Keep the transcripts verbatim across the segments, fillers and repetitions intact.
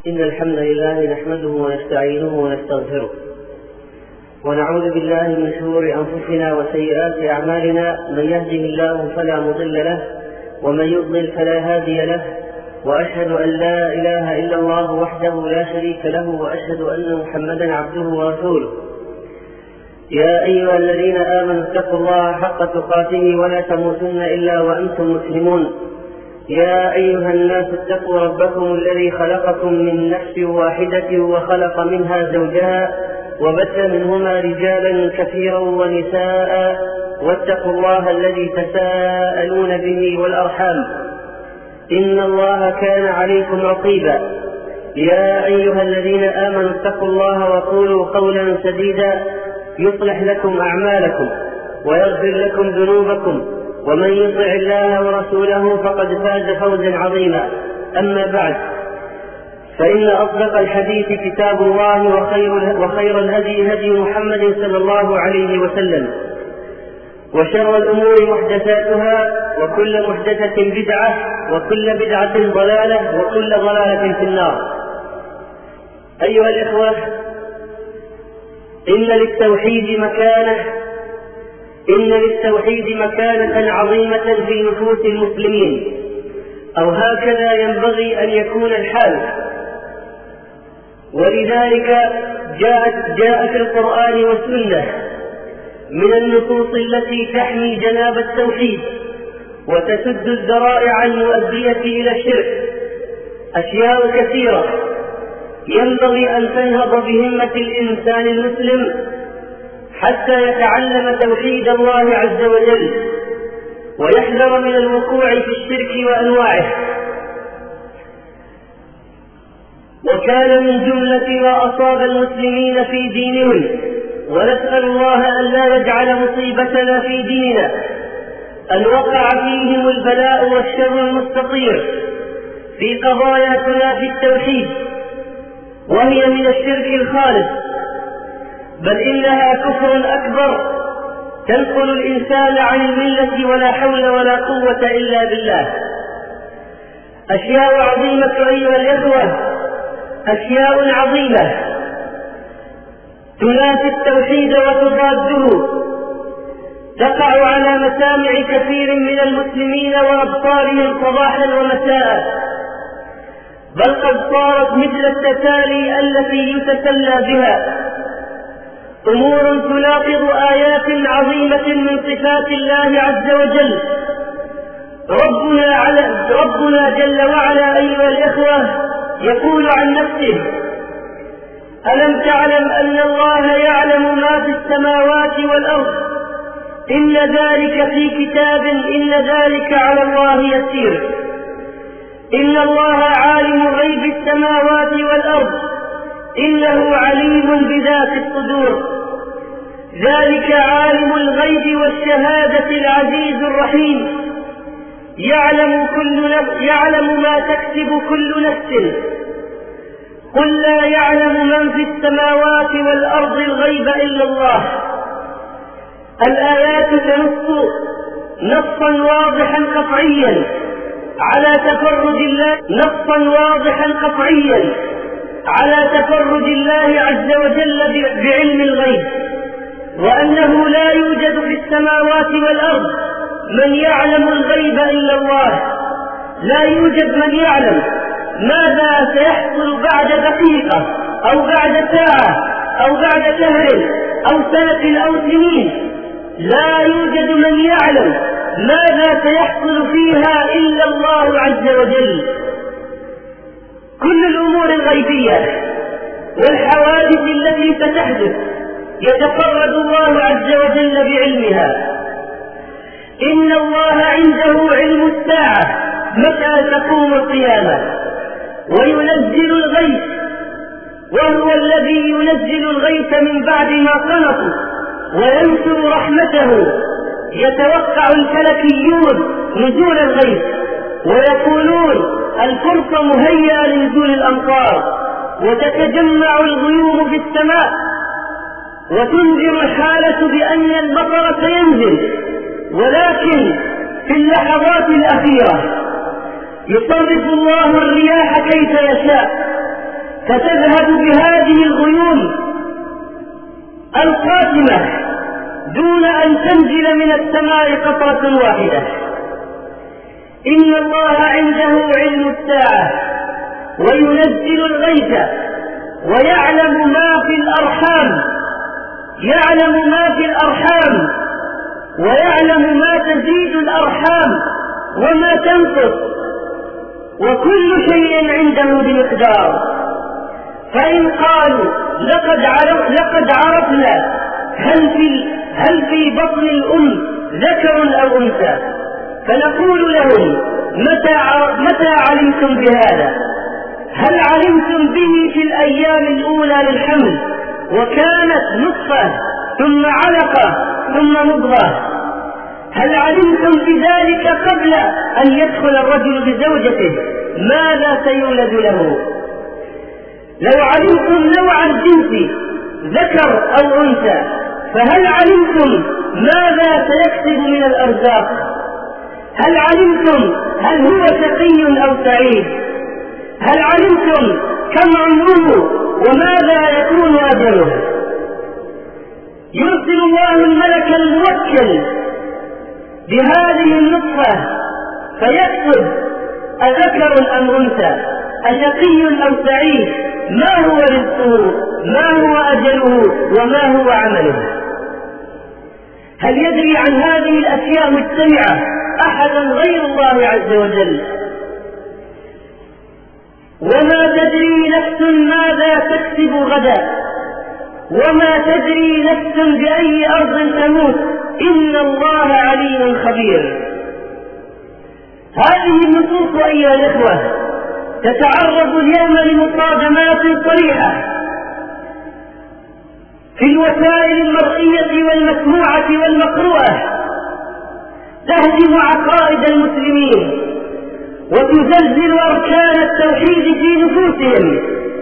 إن الحمد لله نحمده ونستعينه ونستغفره ونعوذ بالله من شرور أنفسنا وسيئات أعمالنا. من يهده الله فلا مضل له ومن يضلل فلا هادي له، وأشهد أن لا إله إلا الله وحده لا شريك له، وأشهد أن محمدا عبده ورسوله. يا أيها الذين آمنوا اتقوا الله حق تقاته ولا تموتن إلا وأنتم مسلمون. يا أيها الناس اتقوا ربكم الذي خلقكم من نفس واحدة وخلق منها زوجها وبث منهما رجالا كثيرا ونساء، واتقوا الله الذي تساءلون به والأرحام، إن الله كان عليكم رقيبا. يا أيها الذين آمنوا اتقوا الله وقولوا قولا سديدا يصلح لكم أعمالكم ويغفر لكم ذنوبكم، ومن يطع الله ورسوله فقد فاز فوزا عظيما. أما بعد، فإن أصدق الحديث كتاب الله، وخير, وخير الهدي هدي محمد صلى الله عليه وسلم، وشر الأمور محدثاتها، وكل محدثة بدعة، وكل بدعة ضلالة، وكل ضلالة في النار. أيها الإخوة، إن للتوحيد مكانة إن للتوحيد مكانة عظيمة في نفوس المسلمين، أو هكذا ينبغي أن يكون الحال. ولذلك جاءت جاء في القرآن والسنة من النصوص التي تحمي جناب التوحيد وتسد الذرائع المؤدية إلى الشرك أشياء كثيرة ينبغي أن تنهض بهمة الإنسان المسلم حتى يتعلم توحيد الله عز وجل ويحذر من الوقوع في الشرك وأنواعه. وكان من جملة ما أصاب المسلمين في دينهم، ونسأل الله أن لا يجعل مصيبتنا في ديننا، أن وقع فيهم البلاء والشر المستطير في قضايا تنافي التوحيد، وهي من الشرك الخالص، بل إنها كفر أكبر تنقل الإنسان عن الملة، ولا حول ولا قوة إلا بالله. أشياء عظيمة أيها الإخوة، أشياء عظيمة تنافي التوحيد وتضاده، تقع على مسامع كثير من المسلمين وأبصارهم صباحا ومساء، بل قد صارت مثل التسالي التي يتسلى بها، أمور تناقض آيات عظيمة من صفات الله عز وجل. ربنا, على ربنا جل وعلا أيها الإخوة يقول عن نفسه: ألم تعلم أن الله يعلم ما في السماوات والأرض، إن ذلك في كتاب، إن ذلك على الله يسير. إن الله عالم غيب السماوات والأرض، إنه عليم بذات الصدور. ذلك عالم الغيب والشهادة العزيز الرحيم، يعلم, كل نفس يعلم ما تكسب كل نفس. قل لا يعلم من في السماوات والأرض الغيب إلا الله. الآيات تنص نصا واضحا قطعيا على تفرد الله نصا واضحا قطعيا على تفرد الله عز وجل بعلم الغيب، وأنه لا يوجد في السماوات والأرض من يعلم الغيب إلا الله. لا يوجد من يعلم ماذا سيحصل بعد دقيقة أو بعد ساعة أو بعد شهر أو سنة أو سنين. لا يوجد من يعلم ماذا سيحصل فيها إلا الله عز وجل. كل الأمور الغيبية والحوادث التي ستحدث يتفرد الله عز وجل بعلمها. إن الله عنده علم الساعة متى تقوم القيامة، وينزل الغيث، وهو الذي ينزل الغيث من بعد ما قنطوا وينشر رحمته. يتوقع الفلكيون نزول الغيث ويقولون الفرصة مهيئة لنزول الأمطار، وتتجمع الغيوم في السماء وتنذر الحالة بأن المطر سينزل. ولكن في اللحظات الأخيرة يصرف الله الرياح كيف يشاء، فتذهب بهذه الغيوم القاتمة دون أن تنزل من السماء قطرة واحدة. إن الله عنده علم الساعة وينزل الغيث ويعلم ما في الأرحام يعلم ما في الأرحام ويعلم ما تزيد الأرحام وما تنقص، وكل شيء عنده بمقدار. فإن قالوا لقد عرف لقد عرفنا هل في هل في بطن الأم ذكر أو أنثى، فنقول لهم متى متى علمتم بهذا؟ هل علمتم به في الأيام الأولى للحمل وكانت نطفة ثم علقة ثم مضغة؟ هل علمتم بذلك قبل أن يدخل الرجل بزوجته ماذا سيولد له؟ لو علمتم نوع الجنس ذكر أو أنثى فهل علمتم ماذا سيكسب من الأرزاق؟ هل علمتم هل هو شقي أو سعيد؟ هل علمتم كم عمره وماذا يكون أجله؟ يرسل الله الملك الموكل بهذه النطفة فيكتب أذكر أم أنثى، أشقي أو سعيد، ما هو رزقه، ما هو أجله، وما هو عمله. هل يدري عن هذه الأشياء مجتمعة أحدا غير الله عز وجل؟ وما تدري نفس ماذا تكسب غدا، وما تدري نفس بأي أرض تموت، إن الله عليم خبير. هذه النصوص أيها الإخوة تتعرض اليوم لمصادمات صريحة في الوسائل المرئية والمسموعة والمقروءة تهدم عقائد المسلمين وتزلزل أركان التوحيد في نفوسهم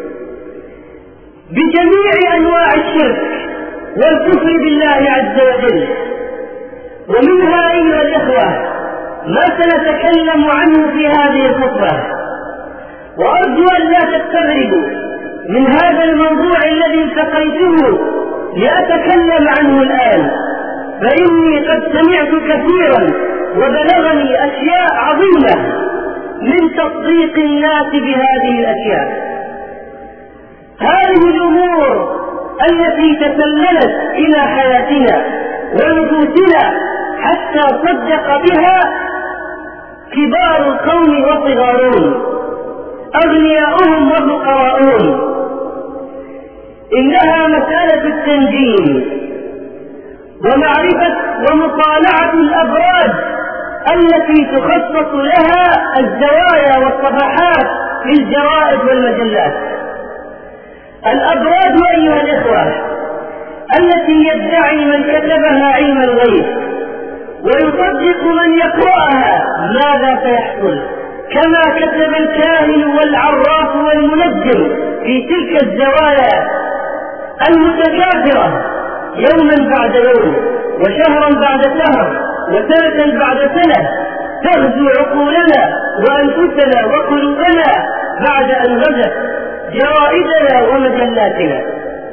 بجميع أنواع الشرك والكفر بالله عز وجل. ومنها أيها الإخوة ما سنتكلم عنه في هذه الخطبة، وأرجو أن لا تستغربوا من هذا الموضوع الذي التقيته لأتكلم عنه الآن، فإني قد سمعت كثيرا وبلغني أشياء عظيمة من تصديق الناس بهذه الأشياء. هذه الأمور التي تسللت إلى حياتنا ونفوسنا حتى صدق بها كبار القوم وصغارهم، أغنياؤهم وفقراؤهم، إنها مسألة التنجيم ومعرفة ومطالعة الأبراج التي تخصص لها الزوايا والصفحات في الجرائد والمجلات. الأبراج أيها الإخوة التي يدعي من كتبها علم الغيب ويصدق من يقرأها ماذا سيحصل، كما كتب الكاهن والعراف والمنجم في تلك الزوايا المتكاثرة يوما بعد يوم وشهرا بعد شهر وسنة بعد سنة، تغزو عقولنا وأنفسنا وقلوبنا بعد أن غزت جرائدنا ومجلاتنا.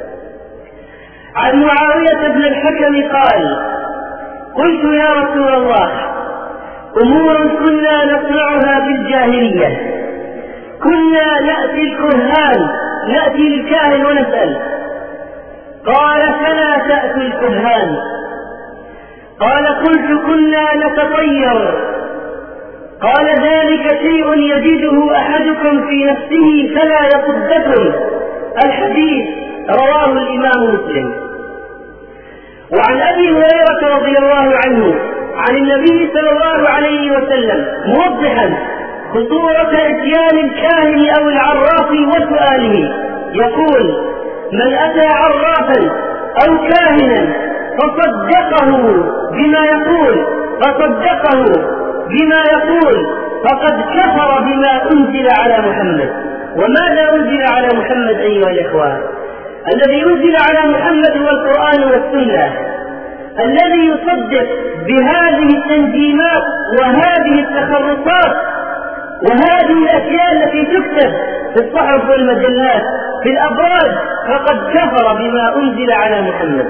عن معاوية بن الحكم قال: قلت يا رسول الله، أمور كنا نصنعها في الجاهلية، كنا نأتي الكهان نأتي الكاهن ونسأل. قال: فلا تأتوا الكهان. قال: قلت كنا نتطير. قال: ذلك شيء يجده أحدكم في نفسه فلا يصدكم. الحديث رواه الإمام مسلم. وعن أبي هريرة رضي الله عنه عن النبي صلى الله عليه وسلم موضحا خطورة إتيان الكاهن أو العراف وسؤاله يقول: من أتى عرافا أو كاهنا فصدقه بما يقول فصدقه بما يقول فقد كفر بما أنزل على محمد. وماذا أنزل على محمد أيها الإخوة؟ الذي أنزل على محمد هو القرآن والسنة. الذي يصدق بهذه التنجيمات وهذه التخرصات وهذه الأشياء التي تكتب في الصحف والمجلات في الأبراج فقد كفر بما أنزل على محمد.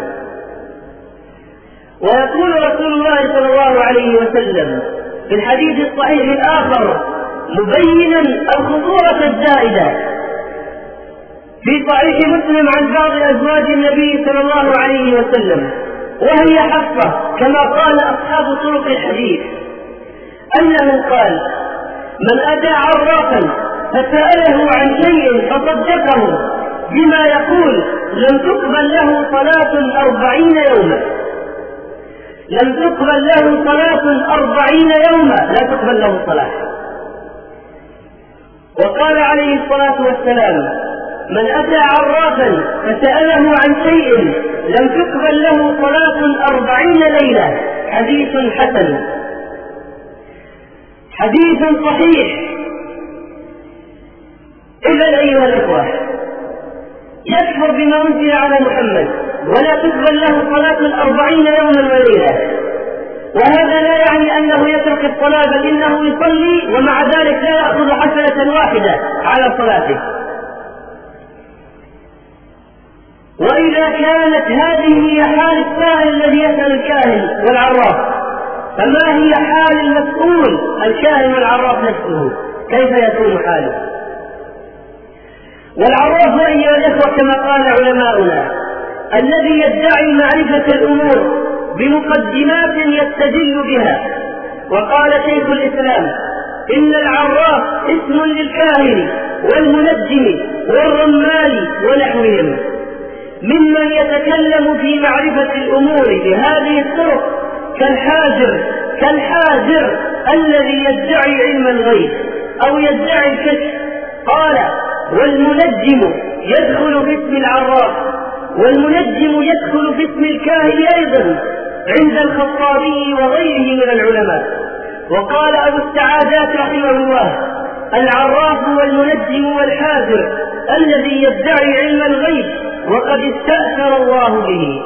ويقول رسول الله صلى الله عليه وسلم في الحديث الصحيح الآخر مبينا الخطورة الزائدة في صحيح مسلم عن بعض أزواج النبي صلى الله عليه وسلم وهي حفصة كما قال أصحاب طرق الحديث أنه قال: من أتى عرافا فسأله عن شيء فصدقه بما يقول لم تقبل له صلاة أربعين يوما لم تقبل له صلاة أربعين يوما لا تقبل له صلاة. وقال عليه الصلاة والسلام: من أتى عرافا فسأله عن شيء لم تقبل له صلاة أربعين ليلة. حديث حسن، حديث صحيح. إذن أيها الإخوة، يكفر بما أنزل على محمد ولا تقبل له صلاة أربعين يوما وليلة، وهذا لا يعني أنه يترك الصلاة، بل إنه يصلي ومع ذلك لا يأخذ حسنة واحدة على صلاته. وإذا كانت هذه هي حال السائل الذي يسأل الكاهن والعراف، فما هي حال المسؤول الكاهن والعراف نفسه؟ كيف يكون حاله؟ والعراف أيها الإخوة كما قال علماؤنا الذي يدعي معرفة الأمور بمقدمات يستدل بها. وقال شيخ الإسلام: إن العراف اسم للكاهن والمنجم والرمال ونحوهم ممن يتكلم في معرفة الأمور بهذه الطرق كالحاجر كالحاجر الذي يدعي علم الغيب أو يدعي الكشف. قال: والمنجم يدخل في اسم العراف، والمنجم يدخل في اسم الكاهن أيضا عند الخطابي وغيره من العلماء. وقال أبو السعادات رحمه الله: العراف والمنجم والحاذر الذي يدعي علم الغيب وقد استأثر الله به.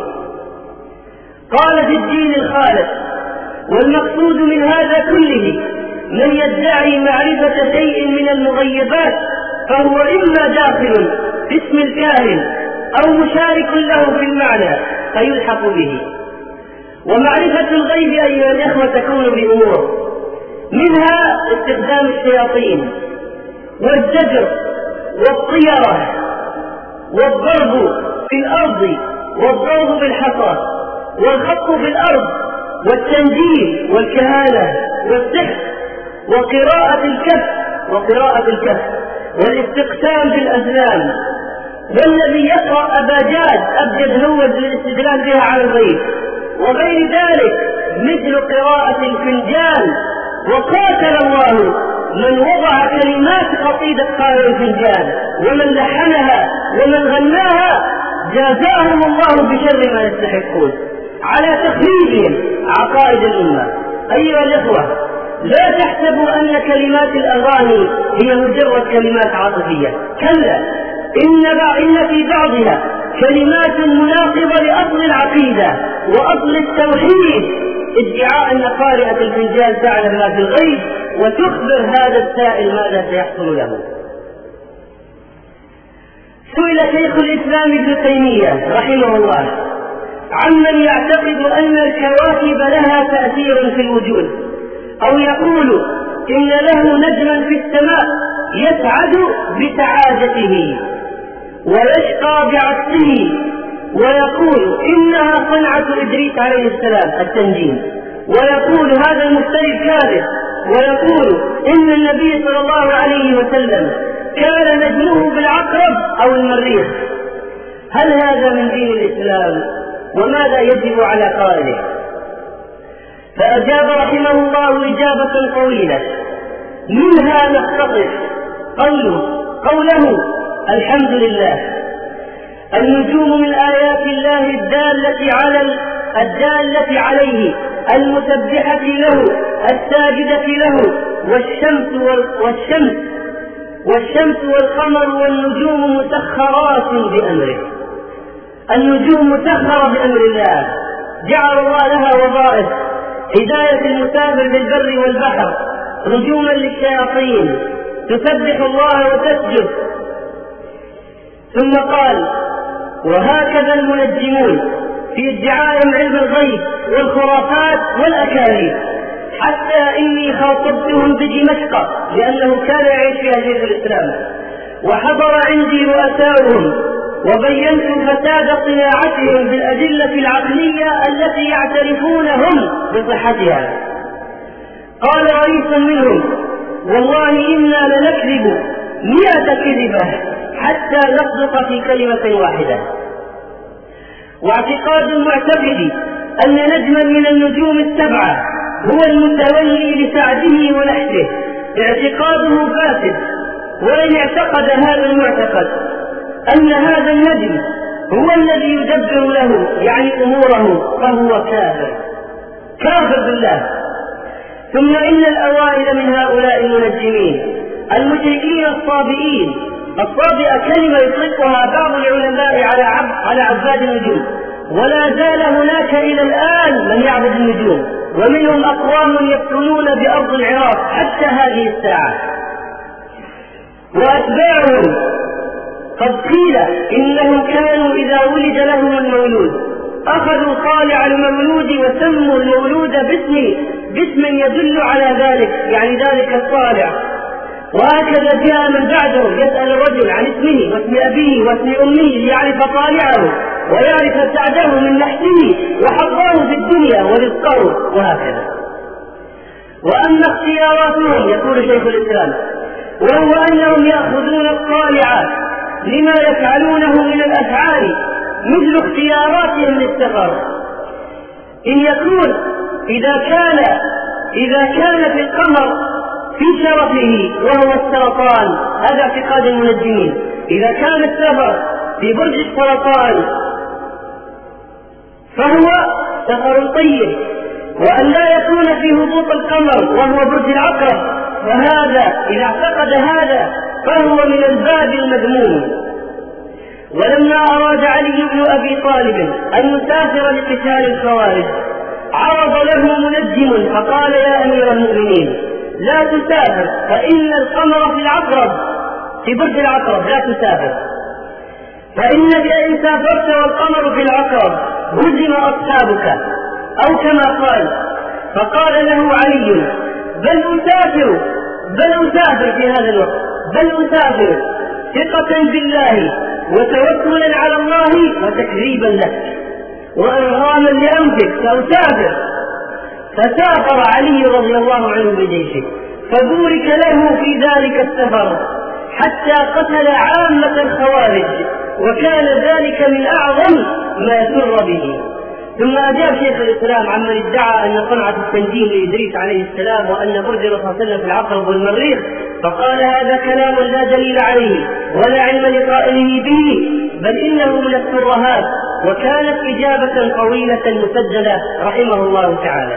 قال في الدين الخالص: والمقصود من هذا كله من يدعي معرفة شيء من المغيبات فهو إما داخل في اسم الكاهن أو مشارك له في المعنى فيلحق به. ومعرفة الغيب أيها الإخوة تكون بأمور، منها استخدام الشياطين والزجر والطيرة والضرب في الأرض والضرب بالحصى والخط في الأرض والتنجيم والكهانة والسحر وقراءة الكف وقراءة الكف والاستقسام بالأزلام، والذي يقرأ أباجاد أبجد هو للاستدلال بها على الغيب وغير ذلك مثل قراءة الفنجان. وقاتل الله من وضع كلمات قصيدة قارئ الفنجان ومن لحنها ومن غناها، جازاهم الله بشر ما يستحقون على تخريبهم عقائد الأمة. أيها الإخوة، لا تحسبوا أن كلمات الأغاني هي مجرد كلمات عاطفية، كلا، إن, إن في بعضها كلمات مناقضة لأصل العقيدة وأصل التوحيد، ادعاء أن قارئة الفنجان تعلم ما في الغيب وتخبر هذا السائل ماذا سيحصل له. سئل شيخ الإسلام ابن تيمية رحمه الله عمن يعتقد أن الكواكب لها تأثير في الوجود، أو يقول إن له نجما في السماء يسعد بسعادته ويشقى بعكسه، ويقول إنها صنعة إدريس عليه السلام التنجيم، ويقول هذا المفتري كاذب، ويقول إن النبي صلى الله عليه وسلم كان نجمه بالعقرب أو المريخ. هل هذا من دين الإسلام؟ وماذا يجب على قائله؟ فأجاب رحمه الله إجابة طويلة منها نقتطف قوله قوله الحمد لله. النجوم من آيات الله الدالة على الدالة عليه المسبحة له الساجدة له، والشمس والشمس والشمس والقمر والنجوم مسخرات بأمره. النجوم مسخرة بأمر الله، جعل الله لها وظائف: هداية المسافر بالبر والبحر، رجوما للشياطين، تسبح الله وتسجد ثم قال: وهكذا المنجمون في ادعائهم علم الغيب والخرافات والأكاذيب، حتى إني خاطبتهم بدمشق لأنه كان يعيش فيها شيخ الإسلام، وحضر عندي رؤساؤهم، وبينت فساد صناعتهم بالأدلة العقلية التي يعترفون هم بصحتها. قال رئيس منهم: والله إنا لنكذب مئة كذبة حتى نصدق في كلمة واحدة. واعتقاد المعتقد أن نجما من النجوم السبعة هو المتولي لسعده ونحسه اعتقاده فاسد، وإن اعتقد هذا المعتقد أن هذا النجم هو الذي يدبر له يعني أموره فهو كافر كافر بالله. ثم إن الأوائل من هؤلاء المنجمين المشركين الصابئين، الصابئة كلمة يطلقها بعض العلماء على عب على عباد النجوم، ولا زال هناك إلى الآن من يعبد النجوم، ومنهم أقوام يسكنون بأرض العراق حتى هذه الساعة. وأتباعهم قد قيل إنهم كانوا إذا ولد لهم المولود أخذوا طالع المولود وسموا المولود باسم باسم يدل على ذلك، يعني ذلك الطالع. وهكذا جاء من بعدهم يسأل الرجل عن اسمه واسم أبيه واسم أمه ليعرف طالعه ويعرف سعده من نحسه وحظه في الدنيا ورزقه، وهكذا. وأما اختياراتهم يقول شيخ الإسلام، وهو أنهم يأخذون الطالعات لما يفعلونه من الأفعال مثل اختياراتهم للسفر، إن يكون إذا كان إذا كان في القمر في شرفه وهو السرطان، هذا اعتقاد المنجمين، إذا كان السفر في برج السرطان فهو سفر طيب، وأن لا يكون في هبوط القمر وهو برج العقرب، فهذا إذا اعتقد هذا فهو من الباب المذموم. ولما أراد علي بن أبي طالب أن يسافر لقتال الخوارج عرض له منجم فقال: يا أمير المؤمنين لا تسافر، فإن القمر في العقرب في برج العقرب، لا تسافر، فإنك إن سافرت والقمر في العقرب هزم أصحابك، أو كما قال. فقال له علي: بل أسافر بل أسافر في هذا الوقت بل أسافر ثقة بالله وتوكلا على الله وتكذيبا لك وإرغاما لأنفك، سأسافر. فسافر علي رضي الله عنه بجيشه، فبورك له في ذلك السفر حتى قتل عامة الخوارج، وكان ذلك من أعظم ما سر به. ثم أجاب شيخ الإسلام عمن ادعى أن صنعة التنجيم لإدريس عليه السلام وأن برج الرسول صلى الله عليه وسلم في العقرب والمريخ، فقال: هذا كلام لا دليل عليه ولا علم لقائله به، بل إنه من الترهات. وكانت إجابة طويلة مسجلة رحمه الله تعالى.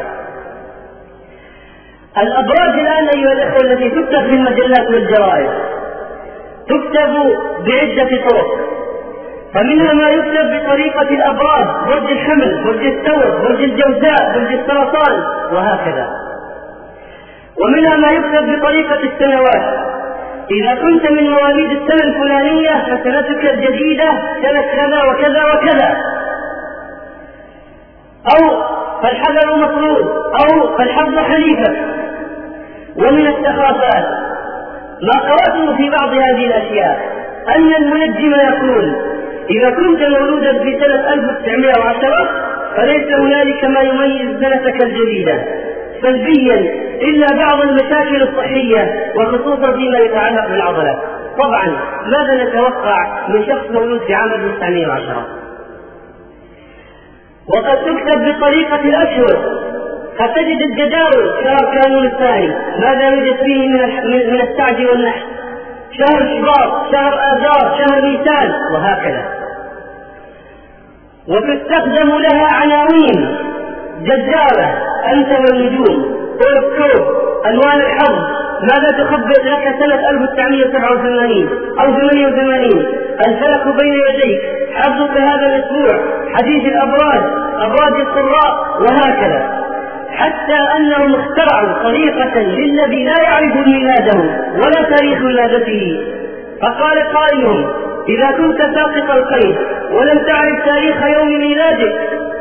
الأبراج الآن أيها الأخوة التي تكتب في المجلات والجرائد تكتب بعدة طرق، فمنها ما يكتب بطريقة الأبراج: برج الحمل، برج الثور، برج الجوزاء، برج السرطان، وهكذا. ومنها ما يكتب بطريقة السنوات: إذا كنت من مواليد السنة الفلانية فسنتك الجديدة سنة كذا وكذا وكذا، أو فالحذر مطلوب، أو فالحظ حليفك. ومن السخافات ما قرأته في بعض هذه الأشياء أن المنجم يقول: إذا كنت مولودا في سنة ألف وتسعمائة وعشرة فليس هنالك ما يميز سنتك الجديدة سلبيا إلا بعض المشاكل الصحية، وخصوصا فيما يتعلق بالعضلات. طبعا ماذا نتوقع من شخص مولود في عام ألف وتسعمائة وعشرة؟ وقد تكتب بطريقة الأشهر، فتجد الجداول: شهر كانون الثاني، ماذا يوجد فيه من السعد والنحس، شهر شباط، شهر آذار، شهر نيسان، وهكذا. وتستخدم لها عناوين جذابة: أنت والنجوم، أوركوب، ألوان الحظ، ماذا تخبر لك سنة ألف وتسعمائة وسبعة وثمانين أو ثمانية وثمانين، الفلك بين يديك، حظك هذا الأسبوع، حديث الأبراج، أبراج القراء، وهكذا. حتى أنهم اخترعوا طريقة للذي لا يعرف ميلاده ولا تاريخ ولادته، فقال قائلهم: إذا كنت ساقط القيد ولم تعرف تاريخ يوم ميلادك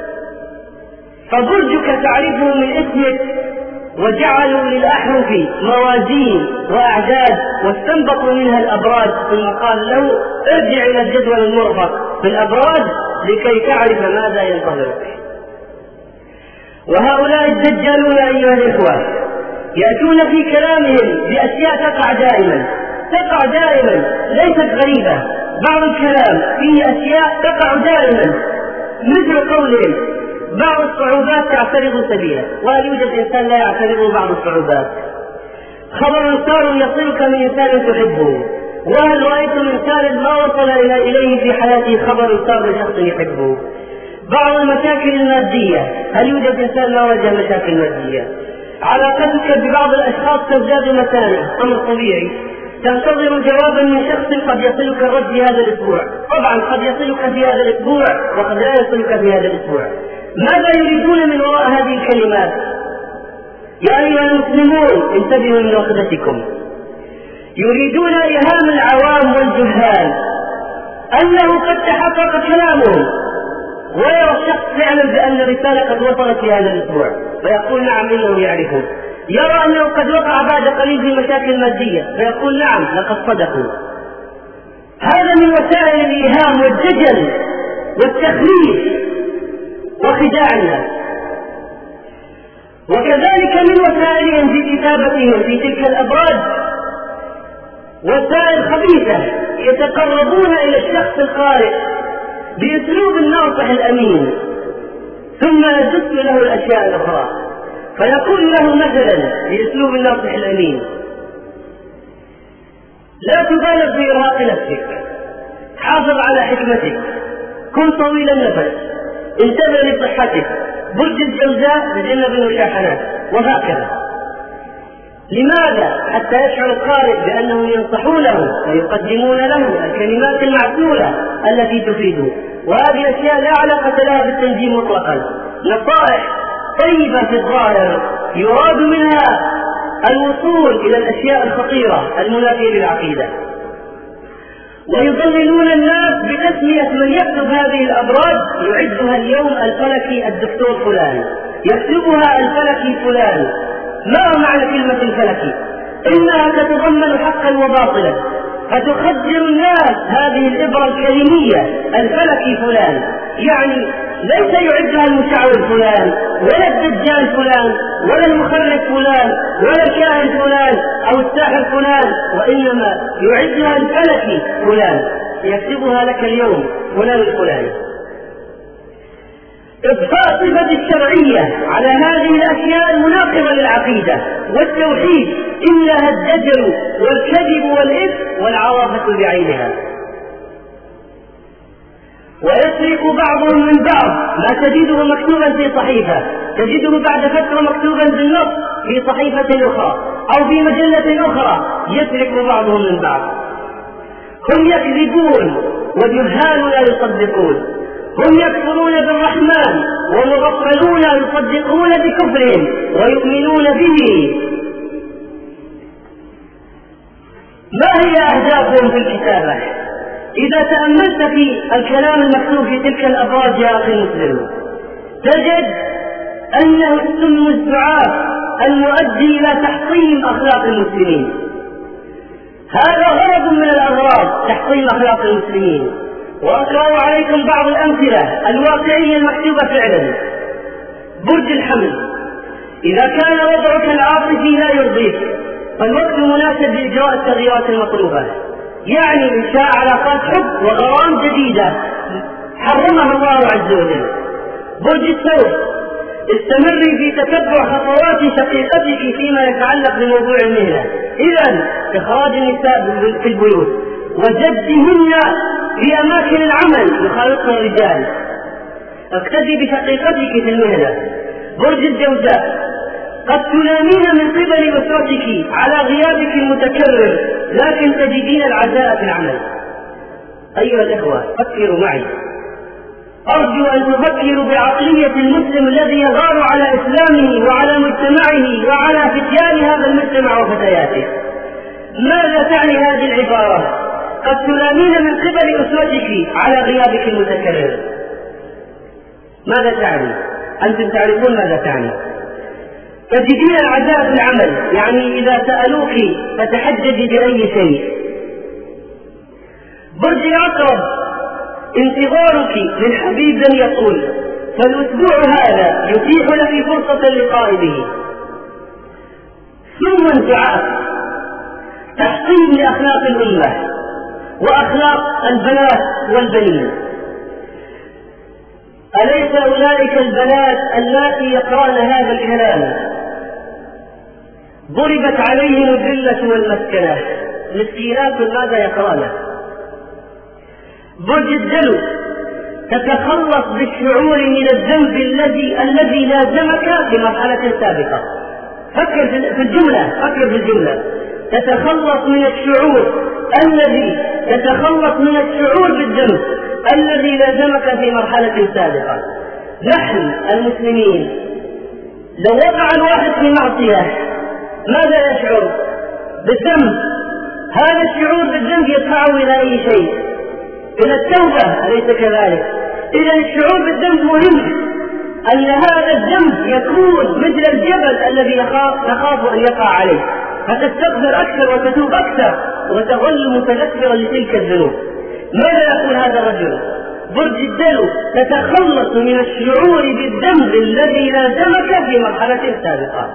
فبرجك تعرفه من اسمك، وجعلوا للأحرف موازين وأعداد واستنبطوا منها الأبراج، ثم قال له ارجع إلى الجدول المرفق في الأبراج لكي تعرف ماذا ينتظرك. وهؤلاء الدجالون أيها الإخوة يأتون في كلامهم بأشياء تقع دائما تقع دائما ليست غريبة. بعض الكلام فيه أشياء تقع دائما، مثل قولهم بعض الصعوبات تعترض سبيله، وهل يوجد إنسان لا يعترض بعض الصعوبات؟ خبر سار يصلك من إنسان تحبه، وهل رأيتم إنسان ما وصل إليه في حياته خبر سار لشخص يحبه؟ بعض المشاكل المادية، هل يوجد إنسان ما واجه مشاكل مادية؟ علاقتك ببعض الأشخاص تزداد متانة، أمر طبيعي، تنتظر جوابا من شخص قد يصلك الرد في هذا الأسبوع، طبعا قد يصلك في هذا الأسبوع وقد لا يصلك في هذا الأسبوع. ماذا يريدون من وراء هذه الكلمات؟ يا أيها المسلمون انتبهوا من وحدتكم. يريدون إيهام العوام والجهال أنه قد تحقق كلامهم، ويرى الشخص فعلا بأن الرسالة قد وصلت في هذا الأسبوع ويقول نعم إنه يعرفون. يرى أنه قد وقع بعد قليل في مشاكل مادية فيقول نعم لقد صدقوا. هذا من وسائل الإيهام والدجل والتخويف وخداع الناس. وكذلك من وسائلهم في كتابتهم في تلك الأبراج وسائل خبيثة، يتقربون إلى الشخص القارئ بأسلوب الناصح الأمين، ثم يدس له الأشياء الأخرى، فيقول له مثلا بأسلوب الناصح الأمين لا تبالغ في إرهاق نفسك، حافظ على حكمتك، كن طويل النفس، انتبه لصحتك، برج الجوزاء تجنب المشاحنات، وهكذا. لماذا؟ حتى يشعر القارئ بأنهم ينصحونه ويقدمون له الكلمات المعسولة التي تفيده، وهذه أشياء لا علاقة لها بالتنجيم مطلقا، نصائح طيبة في الظاهر يراد منها الوصول إلى الأشياء الخطيرة المنافية للعقيدة. ويضللون الناس بتسمية من يكتب هذه الأبراج، يعدها اليوم الفلكي الدكتور فلان، يكتبها الفلكي فلان. ما هو معنى كلمة الفلكي؟ إنها تتضمن حقا وباطلا، فتخدر الناس هذه الإبرة الكلمية الفلكي فلان، يعني ليس يعدها المشعوذ فلان ولا الدجال فلان ولا المخرج فلان ولا الكاهن فلان أو الساحر فلان، وإنما يعدها الفلكي فلان، يكتبها لك اليوم فلان الفلاني. إضفاء صفة الشرعية على هذه الأشياء المناقضة للعقيدة والتوحيد إنها الدجل والكذب والإثم والعرافة بعينها. ويسرق بعضهم من بعض ما تجده مكتوبا في صحيفة، تجده بعد فترة مكتوبا بالنص في صحيفة أخرى أو في مجلة أخرى، يسرق بعضهم من بعض. هم يكذبون وجهال لا يصدقون، هم يكفرون بالرحمن ومغفلون يصدقون بكفرهم ويؤمنون به. ما هي أهدافهم في الكتابة؟ إذا تأملت في الكلام المكتوب في تلك الأبراج يا أخي المسلم تجد أنه السم الزعاف المؤدي إلى تحطيم أخلاق المسلمين. هذا غرض من الأغراض، تحطيم أخلاق المسلمين. وأقرأ عليكم بعض الأمثلة الواقعية المكتوبة فعلا. برج الحمل، إذا كان وضعك العاطفي لا يرضيك فالوقت مناسب لإجراء التغييرات المطلوبة، يعني إنشاء علاقات حب وغرام جديدة حرمها الله عز وجل. برج الثور، استمري في تتبع خطوات شقيقتك فيما يتعلق بموضوع المهنة، إذن إخراج النساء في البيوت وجدهن في أماكن العمل يخالطن الرجال، اقتدي بشقيقتك في المهنة. برج الجوزاء، قد تلامين من قبل أسرتك على غيابك المتكرر لكن تجدين العزاء في العمل. أيها الإخوة فكروا معي، أرجو أن تفكروا بعقلية المسلم الذي يغار على إسلامه وعلى مجتمعه وعلى فتيان هذا المجتمع وفتياته. ماذا تعني هذه العبارة؟ قد تلامين من قبل أسرتك على غيابك المتكرر. ماذا تعني؟ أنتم تعرفون ماذا تعني. تجدين العزاء في العمل، يعني إذا سألوك فتحججي بأي شيء. برج العقرب انتظارك للحبيب لن يطول، فالأسبوع هذا يتيح لك فرصة اللقاء به. ثم انتعاش تحطيم لأخلاق الأمة وأخلاق البنات والبنين. أليس أولئك البنات اللاتي يقرأن هذا الكلام ضربت عليهم الذلة والمسكنة، مسكينات ماذا يقرأن؟ برج الدلو تتخلص بالشعور من الذنب الذي الذي لازمك في مرحلة سابقة. فكر في الجملة، فكر في الجملة. تتخلص من الشعور الذي تتخلص من الشعور بالذنب الذي لازمك في مرحلة سابقة. نحن المسلمين لو وقع الواحد في معصية ماذا يشعر؟ بالذنب. هذا الشعور بالذنب يدفعه إلى أي شيء؟ إلى التوبة، أليس كذلك؟ إذا الشعور بالذنب مهم، أن هذا الذنب يكون مثل الجبل الذي يخاف تخاف أن يقع عليه، فتستغفر أكثر وتتوب أكثر وتظل متذكرا لتلك الذنوب. ماذا يقول هذا الرجل؟ برج الدلو تتخلص من الشعور بالذنب الذي لازمك في مرحلة سابقة.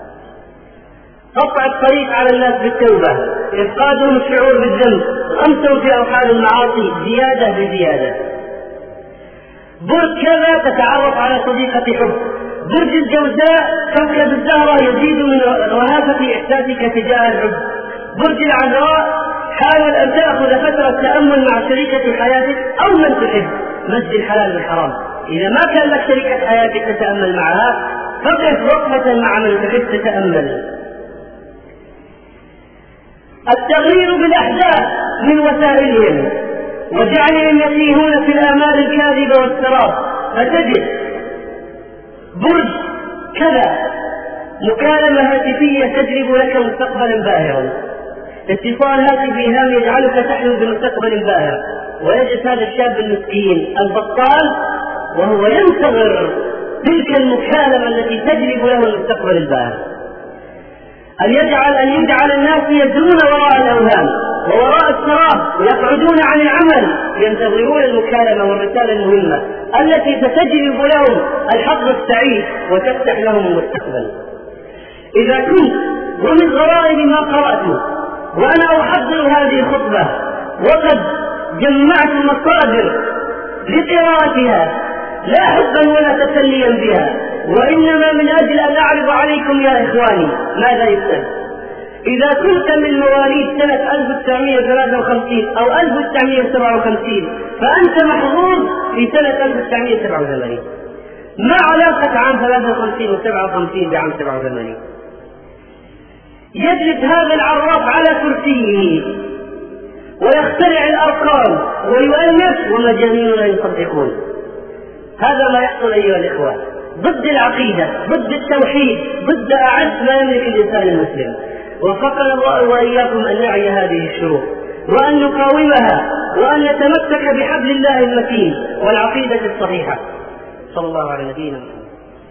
قطع الطريق على الناس بالتوبة، إفقادهم الشعور بالذنب، غمسوا في أوحال المعاصي زيادة بزيادة. برج كذا تتعرف على صديقة حب. برج الجوزاء كوكب الزهرة يزيد من رهافة إحساسك تجاه الحب. برج العذراء حاول أن تأخذ فترة تأمل مع شريكة حياتك أو من تحب، مزج الحلال والحرام. إذا ما كان لك شريكة حياتك تتأمل معها فقف وقفة مع من تحب تتأمل. التغيير بالأحداث من وسائلهم وجعلهم يتيهون في الآمال الكاذبة والسراب. فتجد برج كذا مكالمة هاتفية تجلب لك مستقبلا باهرا، اتصال هاتفي هام يجعلك تحلم بمستقبل باهر، ويجد هذا الشاب المسكين البطال وهو ينتظر تلك المكالمة التي تجلب له المستقبل الباهر. أن يجعل أن يجعل الناس يجرون وراء الأوهام ووراء السراب ويقعدون عن العمل ينتظرون المكالمة والرسالة المهمة التي ستجلب لهم الحظ السعيد وتفتح لهم المستقبل. إذا كنت ومن غرائب ما قرأت وأنا أحضر هذه الخطبة وقد جمعت مصادر لقراءتها لا حبا ولا تسليا بها، وإنما من أجل أن أعرض عليكم يا إخواني ماذا يكتب. إذا كنت من مواليد سنة ألف وتسعمائة وثلاثة وخمسين أو ألف وتسعمائة وسبعة وخمسين فأنت محظوظ في سنة ألف وتسعمائة وسبعة وثمانين. ما علاقة عام ثلاثة وخمسين وسبعة وخمسين بعام سبعة وثمانين؟ يجلس هذا العراف على كرسيه ويخترع الأرقام ويؤلف ومجانين لا يصدقون. هذا ما يحصل أيها الإخوة، ضد العقيدة، ضد التوحيد، ضد أعز ما يملك الإنسان المسلم. وفقنا الله وإياكم أن نعي هذه الشروط وأن نقاومها وأن نتمسك بحبل الله المتين والعقيدة الصحيحة. صلى الله على نبينا محمد.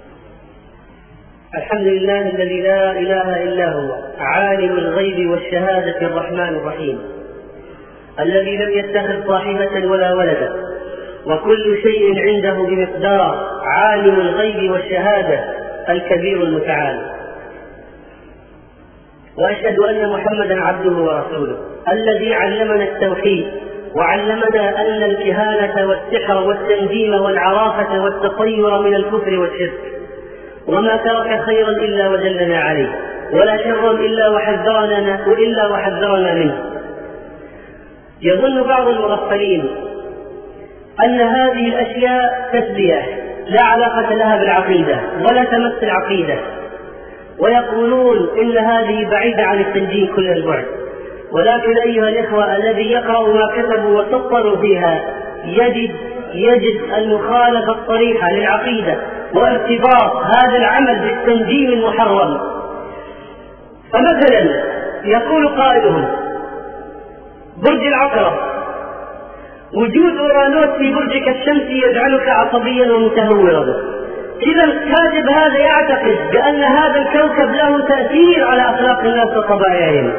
الحمد لله الذي لا إله إلا هو عالم الغيب والشهادة الرحمن الرحيم، الذي لم يتخذ صاحبة ولا ولدا وكل شيء عنده بمقدار، عالم الغيب والشهادة الكبير المتعال. وأشهد أن محمدا عبده ورسوله الذي علمنا التوحيد وعلمنا أن الكهانة والسحر والتنجيم والعرافة والتطير من الكفر والشرك، وما ترك خيرا إلا ودلنا عليه ولا شرا إلا وحذرنا إلا وحذرنا منه. يظن بعض المغفلين أن هذه الأشياء تسبية لا علاقة لها بالعقيدة ولا تمس العقيدة، ويقولون إن هذه بعيدة عن التنجيم كل البعد. ولكن أيها الإخوة، الذي يقرأ ما كتبوا وسطروا فيها يجد يجد المخالفة الصريحة للعقيدة وارتباط هذا العمل بالتنجيم المحرم. فمثلا يقول قائلهم: برج العقرب: وجود أورانوس في برجك الشمسي يجعلك عصبيا ومتهورا. إذا الكاتب هذا يعتقد بأن هذا الكوكب له تأثير على أخلاق الناس وطبائعهم.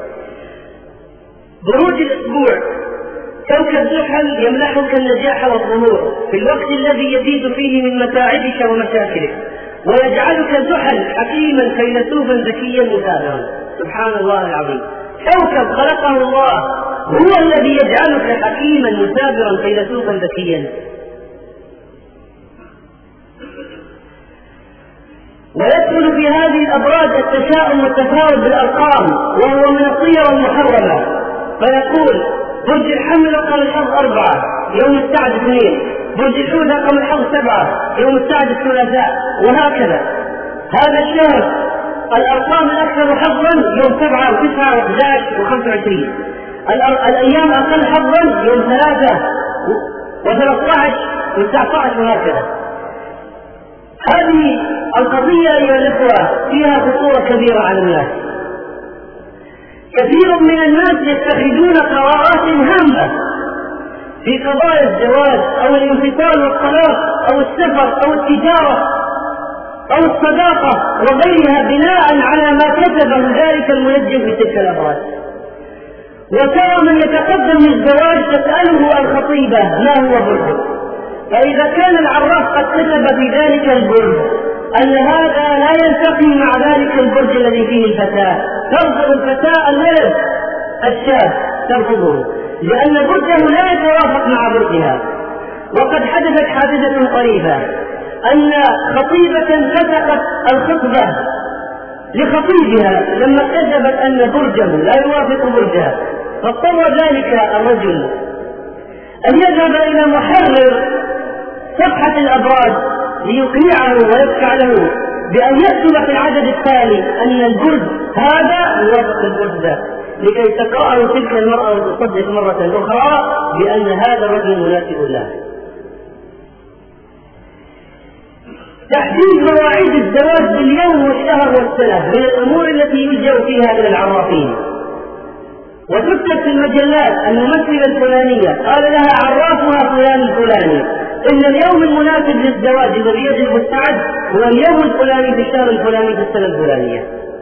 بروج الأسبوع: كوكب زحل يمنحك النجاح والظهور في الوقت الذي يزيد فيه من متاعبك ومشاكلك، ويجعلك زحل حكيما فيلسوفا ذكيا مثابرا. سبحان الله العظيم، كوكب خلقه الله هو الذي يجعلك حكيما مثابرا فيلسوفا ذكيا. ويدخل في هذه الأبراج التشاؤم والتفاؤل بالأرقام، وهو من الصيغ المحرمة. فيقول: برج الحمل رقم الحظ أربعة يوم السعد اثنين، برج الحوت رقم الحظ سبعة يوم السعد الثلاثاء، وهكذا. هذا الشهر الأرقام الأكثر حظا يوم سبعة وتسعة وأحد وخمسة وعشرين، الأيام أقل حظا يوم ثلاثة وثلاثة عشر وتسعة عشر، وهكذا. هذه القضية أيها الأخوة فيها خطورة كبيرة على الناس. كثير من الناس يتخذون قرارات هامة في قضايا الزواج أو الانفصال والطلاق أو السفر أو التجارة أو الصداقة وغيرها بناء على ما كتبه ذلك المنجم في تلك الأبراج. وترى من يتقدم للزواج تسأله الخطيبة ما هو برجه، فإذا كان العراف قد كتب في ذلك البرج أن هذا لا يلتقي مع ذلك البرج الذي فيه الفتاة، ترفض الفتاة الولد الشاب، ترفضه لأن برجه لا يتوافق مع برجها. وقد حدثت حادثة قريبة أن خطيبة فسقت الخطبة لخطيبها لما اكتشفت أن برجه لا يوافق برجها، فاضطر ذلك الرجل أن يذهب إلى محرر صفحة الأبراج ليقنعه ويدفع له بأن يكتب في العدد التالي أن البرج هذا يوافق البرج ذاك، لكي تقرأه تلك المرأة وتصدق مرة أخرى بأن هذا الرجل مناسب له. تحديد مواعيد الزواج باليوم والشهر والسنة من الأمور التي يلجأ فيها إلى العرافين. وتكتب في المجلات الممثلة الفلانية قال لها عرافها فلان الفلاني إن اليوم المناسب للزواج الذي يجب السعد هو اليوم الفلاني في الشهر الفلاني في السنة الفلانية.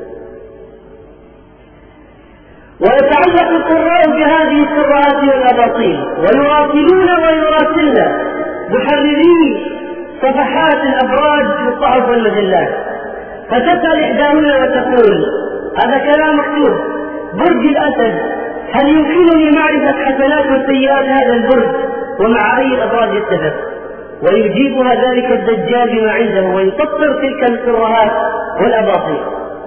ويتعلق القراء بهذه السرعات والأباطيل ويراسلون ويراسلن محرري صفحات الأبراج في الصحف والمجلات، فتسأل إحداهن وتقول: هذا كلام مكتوب، برج الأسد، هل يمكنني معرفة حسنات وسيئات هذا البرج ومع أي الأبراج يتفق؟ ويجيبها ذلك الدجال بما عنده ويسطر تلك السرهات والأباطيل.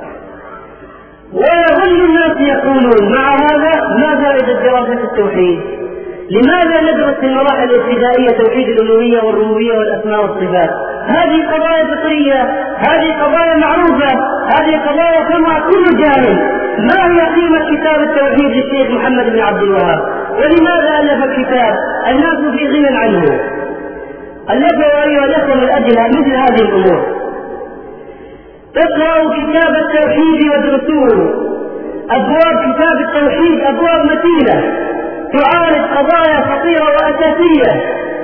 ويظل الناس يقولون مع هذا: ما فائدة دراسة التوحيد؟ لماذا ندرس في المراحل الابتدائية توحيد الألوهية والربوبية والأسماء والصفات؟ هذه قضايا فطرية، هذه قضايا معروفة، هذه قضايا كما كل جاهل. ما هي قيمة كتاب التوحيد للشيخ محمد بن عبد الوهاب؟ ولماذا ألف الكتاب؟ الناس في غنى عنه. ألفه أيها الأخوة من أجل مثل هذه الأمور. اقرأوا كتاب التوحيد وادرسوه. أبواب كتاب التوحيد أبواب متينة تعالج قضايا خطيرة وأساسية،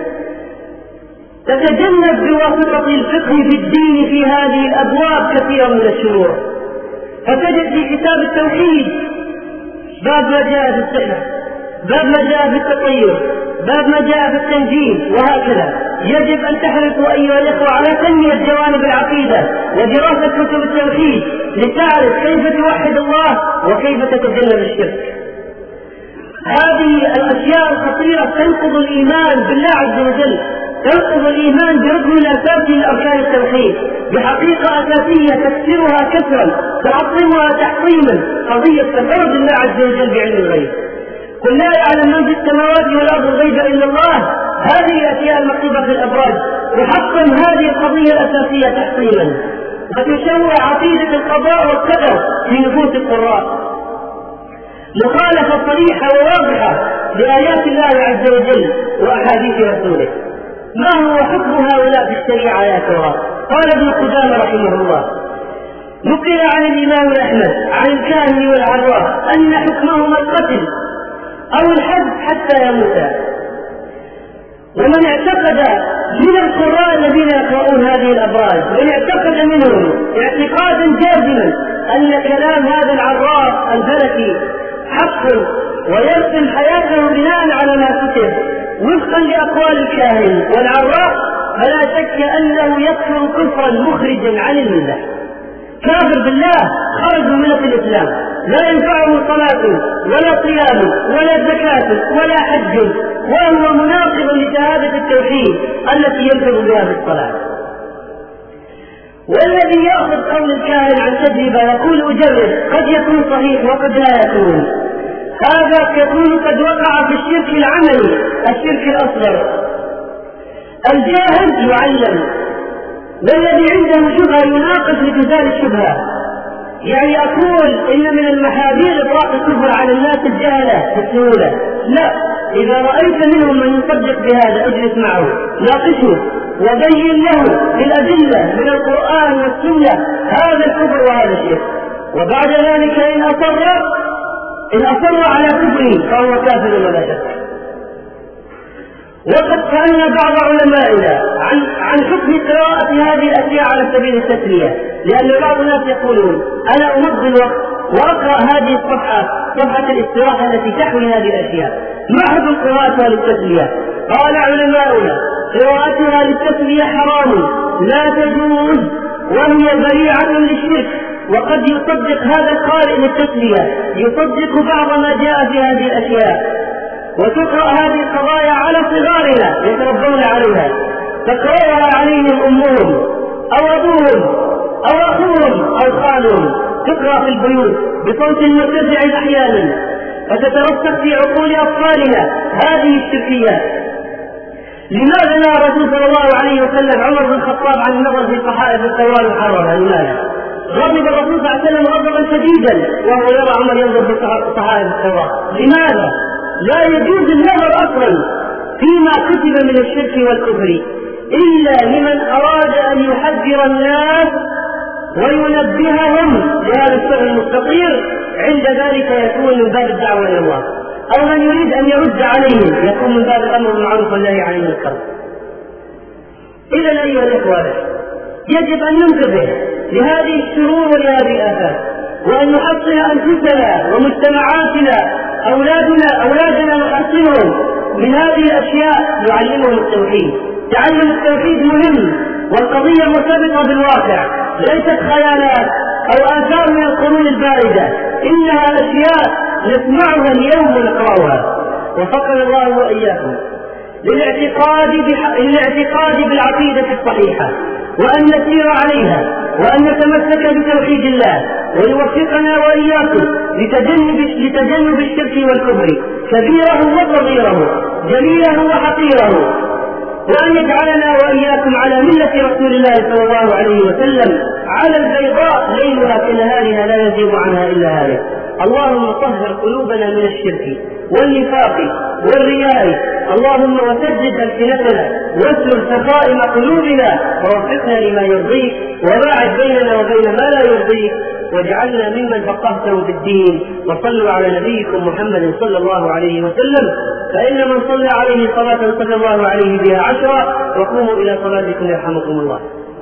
تتجنب بواسطة الفقه في الدين في هذه الأبواب كثيرا من الشرور. فتجد في كتاب التوحيد باب ما جاء في السحر، باب ما جاء في التطير، باب ما جاء في التنجيم، وهكذا. يجب أن تحرصوا أيها الإخوة على تنمية جوانب العقيدة ودراسة كتب التوحيد لتعرف كيف توحد الله وكيف تتجنب الشرك. هذه الأشياء الخطيرة تنقض الإيمان بالله عز وجل، تنقض الإيمان بركن الأساسي لأركان التوحيد بحقيقة أساسية تكسرها كسرا تعطمها تحطيما، قضية تفرد الله عز وجل بعلم الغيب. قل لا يعلم من في السماوات والأرض الغيب إلا الله. هذه الأشياء المكتوبة في الأبراج تحطم هذه القضية الأساسية تحطيما وتشوه عقيدة القضاء والقدر في نفوس القراء. مخالفة صريحة وواضحة لآيات الله عز وجل وأحاديث رسوله. ما هو حكم هؤلاء في الشريعة يا ترى؟ قال ابن قدامة رحمه الله: نقل عن الإمام أحمد عن الكاهن والعراف أن حكمهما القتل أو الحد حتى يموتا. ومن اعتقد من القراء الذين يقرؤون هذه الأبراج، من اعتقد منهم اعتقادا جازما أن كلام هذا العراف الفلكي حق ويرسم حياته بناء على ما كتب وفقا لأقوال الكاهن والعراف، فلا شك أنه يكفر كفرا مخرجا عن الملة، كافر بالله، خرج من ملة الإسلام، لا ينفعه صلاة ولا صيام ولا زكاة ولا حج، وهو مناقض لشهادة التوحيد التي ينفذ بها في الصلاة. والذي يأخذ قول الكاهن عن تجربة يقول أجرب، قد يكون صحيح وقد لا يكون، هذا يكون قد وقع في الشرك العملي، الشرك الأصغر. الجاهل يعلم، والذي عنده شبهة يناقش لتزال الشبهة. يعني أقول إن من المحاذير إطلاق الكفر على الناس الجهلة بسهولة، لا، إذا رأيت منهم من يصدق بهذا اجلس معه، ناقشه وبين له بالأدلة من القرآن والسنة هذا الكفر وهذا الشرك، وبعد ذلك إن أصر إن أصر على كفره فهو كافر ولا شك. وقد سألنا بعض علمائنا عن عن حكم قراءة هذه الأشياء على سبيل التسلية، لأن بعض الناس يقولون أنا أمضي الوقت وأقرأ هذه الصفحة، صفحة الاستراحة التي تحوي هذه الأشياء، ما حكم قراءتها للتسلية؟ قال علماؤنا قراءتها للتسلية حرام لا تجوز، وهي ذريعة للشرك. وقد يصدق هذا القارئ للتسلية يصدق بعض ما جاء في هذه الأشياء، وتقرأ هذه القضايا على صغارنا يتربون عليها، تقرأها عليهم أمهم أو أبوهم أو أخوهم أو خالهم، تقرأ في البيوت بصوت مرتفع أحيانا، فتترسخ في عقول أطفالنا هذه الشركيات. لماذا نهى الرسول صلى الله عليه وسلم عمر بن الخطاب عن النظر في صحائف التوراة المحرمة؟ لماذا؟ غضب الرسول صلى الله عليه وسلم غضبا شديدا وهو يرى عمر ينظر في صحائف التوراة. لماذا؟ لا يجوز النظر أصلا فيما كتب من الشرك والكفر إلا لمن أراد أن يحذر الناس وينبههم لهذا الشر المستطير، عند ذلك يكون من باب الدعوة إلى الله، أو من يريد أن يرد عليهم يكون من باب الأمر بالمعروف والنهي عن المنكر. إذا أيها الإخوة يجب أن ننتبه لهذه الشرور ولهذه الآفات، وأن نحصن أنفسنا ومجتمعاتنا، أولادنا أولادنا نحصنهم من هذه الأشياء، نعلمهم التوحيد. تعلم التوحيد مهم، والقضية مرتبطة بالواقع، ليست خيالات أو آثار من القرون الباردة، إنها أشياء نسمعها اليوم ونقرأها. وفقنا الله وإياكم للاعتقاد, بح... للاعتقاد بالعقيدة الصحيحة، وأن نسير عليها، وأن نتمسك بتوحيد الله، ويوفقنا وإياكم لتجنب, لتجنب الشرك والكفر كبيره وصغيره، جليله وحقيره، وأن يجعلنا وإياكم على ملة رسول الله صلى الله عليه وسلم على البيضاء ليلها كنهارها لا يزيغ عنها إلا هالك. اللهم طهر قلوبنا من الشرك والنفاق والرياء، اللهم وسدد ألسنتنا واسلل سخائم قلوبنا، ووفقنا لما يرضيك، وباعد بيننا وبين ما لا يرضيك، واجعلنا ممن فقهته بالدين. وصلوا على نبيكم محمد صلى الله عليه وسلم، فإن من صلى عليه صلاة صلى الله عليه بها عشرة. وقوموا إلى صلاتكم يرحمكم الله.